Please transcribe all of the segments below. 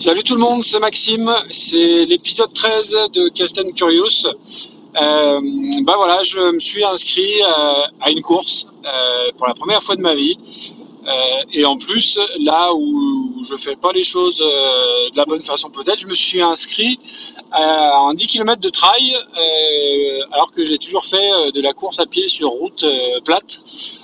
Salut tout le monde, c'est Maxime, c'est l'épisode 13 de Cast and Curious. Voilà, je me suis inscrit à une course pour la première fois de ma vie. Et en plus, là où je fais pas les choses de la bonne façon peut-être, je me suis inscrit à un 10 km de trail alors que j'ai toujours fait de la course à pied sur route plate.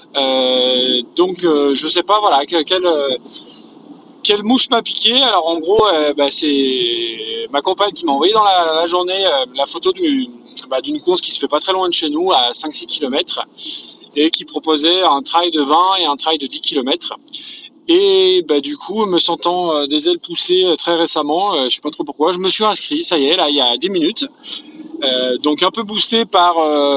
Je sais pas voilà quelle mouche m'a piqué. Alors en gros, c'est ma compagne qui m'a envoyé dans la journée la photo d'une course qui se fait pas très loin de chez nous, à 5-6 km, et qui proposait un trail de 20 et un trail de 10 km. Et du coup, me sentant des ailes poussées très récemment, je sais pas trop pourquoi, je me suis inscrit, ça y est, là, il y a 10 minutes. Donc un peu boosté par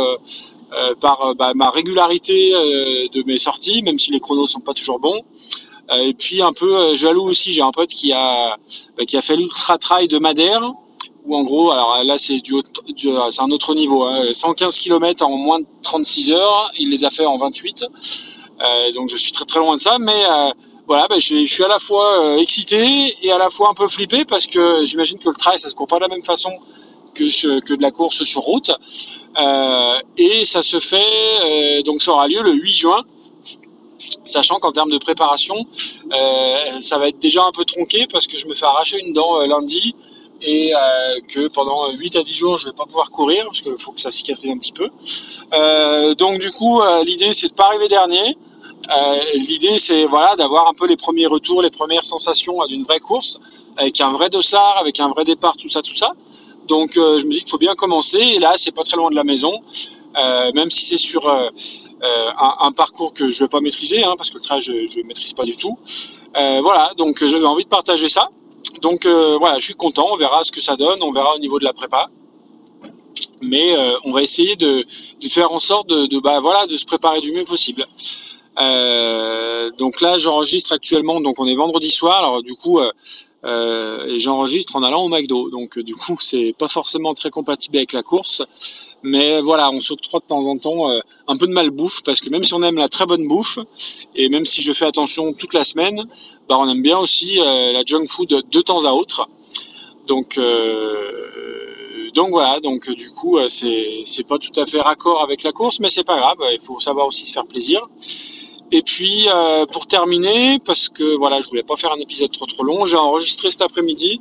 ma régularité de mes sorties, même si les chronos sont pas toujours bons. Et puis un peu jaloux aussi, j'ai un pote qui a fait l'ultra trail de Madère, où en gros, alors là c'est c'est un autre niveau, 115 km en moins de 36 heures, il les a fait en 28, donc je suis très très loin de ça, mais je suis à la fois excité et à la fois un peu flippé, parce que j'imagine que le trail ça se court pas de la même façon que de la course sur route, et ça se fait, donc ça aura lieu le 8 juin, sachant qu'en termes de préparation, ça va être déjà un peu tronqué parce que je me fais arracher une dent lundi, et que pendant 8 à 10 jours je vais pas pouvoir courir parce qu'il faut que ça cicatrise un petit peu. Donc du coup, l'idée c'est de pas arriver dernier. L'idée c'est d'avoir un peu les premiers retours, les premières sensations d'une vraie course, avec un vrai dossard, avec un vrai départ, tout ça. Donc je me dis qu'il faut bien commencer, et là c'est pas très loin de la maison, même si c'est sur un parcours que je ne vais pas maîtriser, parce que le trail je ne maîtrise pas du tout. Donc j'avais envie de partager ça. Donc je suis content, on verra ce que ça donne, on verra au niveau de la prépa. Mais on va essayer de faire en sorte de se préparer du mieux possible. Donc là j'enregistre actuellement, donc on est vendredi soir, alors du coup j'enregistre en allant au McDo, donc du coup c'est pas forcément très compatible avec la course, mais voilà, on s'octroie de temps en temps un peu de malbouffe, parce que même si on aime la très bonne bouffe, et même si je fais attention toute la semaine, on aime bien aussi la junk food de temps à autre. Donc voilà, donc du coup c'est pas tout à fait raccord avec la course, mais c'est pas grave, il faut savoir aussi se faire plaisir. Et puis pour terminer, parce que je voulais pas faire un épisode trop long, j'ai enregistré cet après-midi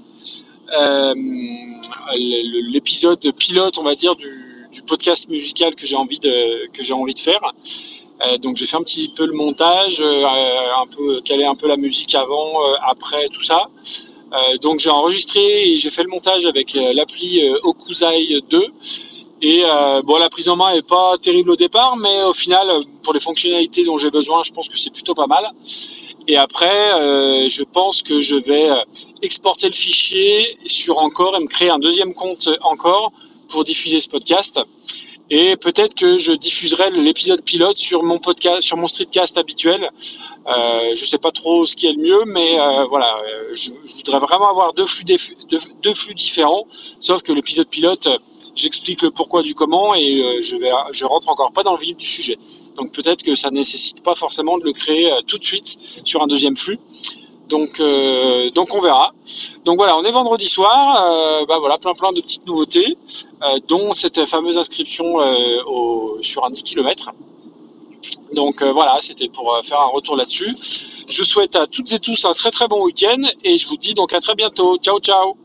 l'épisode pilote, on va dire, du podcast musical que j'ai envie de faire. Donc j'ai fait un petit peu le montage, un peu caler un peu la musique avant, après, tout ça. Donc j'ai enregistré et j'ai fait le montage avec l'appli Okuzai 2. Et la prise en main est pas terrible au départ, mais au final, pour les fonctionnalités dont j'ai besoin, je pense que c'est plutôt pas mal. Et après, je pense que je vais exporter le fichier sur Encore et me créer un deuxième compte Encore pour diffuser ce podcast. Et peut-être que je diffuserai l'épisode pilote sur mon podcast, sur mon streetcast habituel. Je sais pas trop ce qui est le mieux, mais je voudrais vraiment avoir deux flux différents. Sauf que l'épisode pilote, j'explique le pourquoi du comment, et je rentre encore pas dans le vif du sujet. Donc peut-être que ça nécessite pas forcément de le créer tout de suite sur un deuxième flux. Donc on verra. Donc voilà, on est vendredi soir, plein de petites nouveautés, dont cette fameuse inscription sur un 10 km. Donc c'était pour faire un retour là-dessus. Je souhaite à toutes et tous un très très bon week-end, et je vous dis donc à très bientôt. Ciao ciao.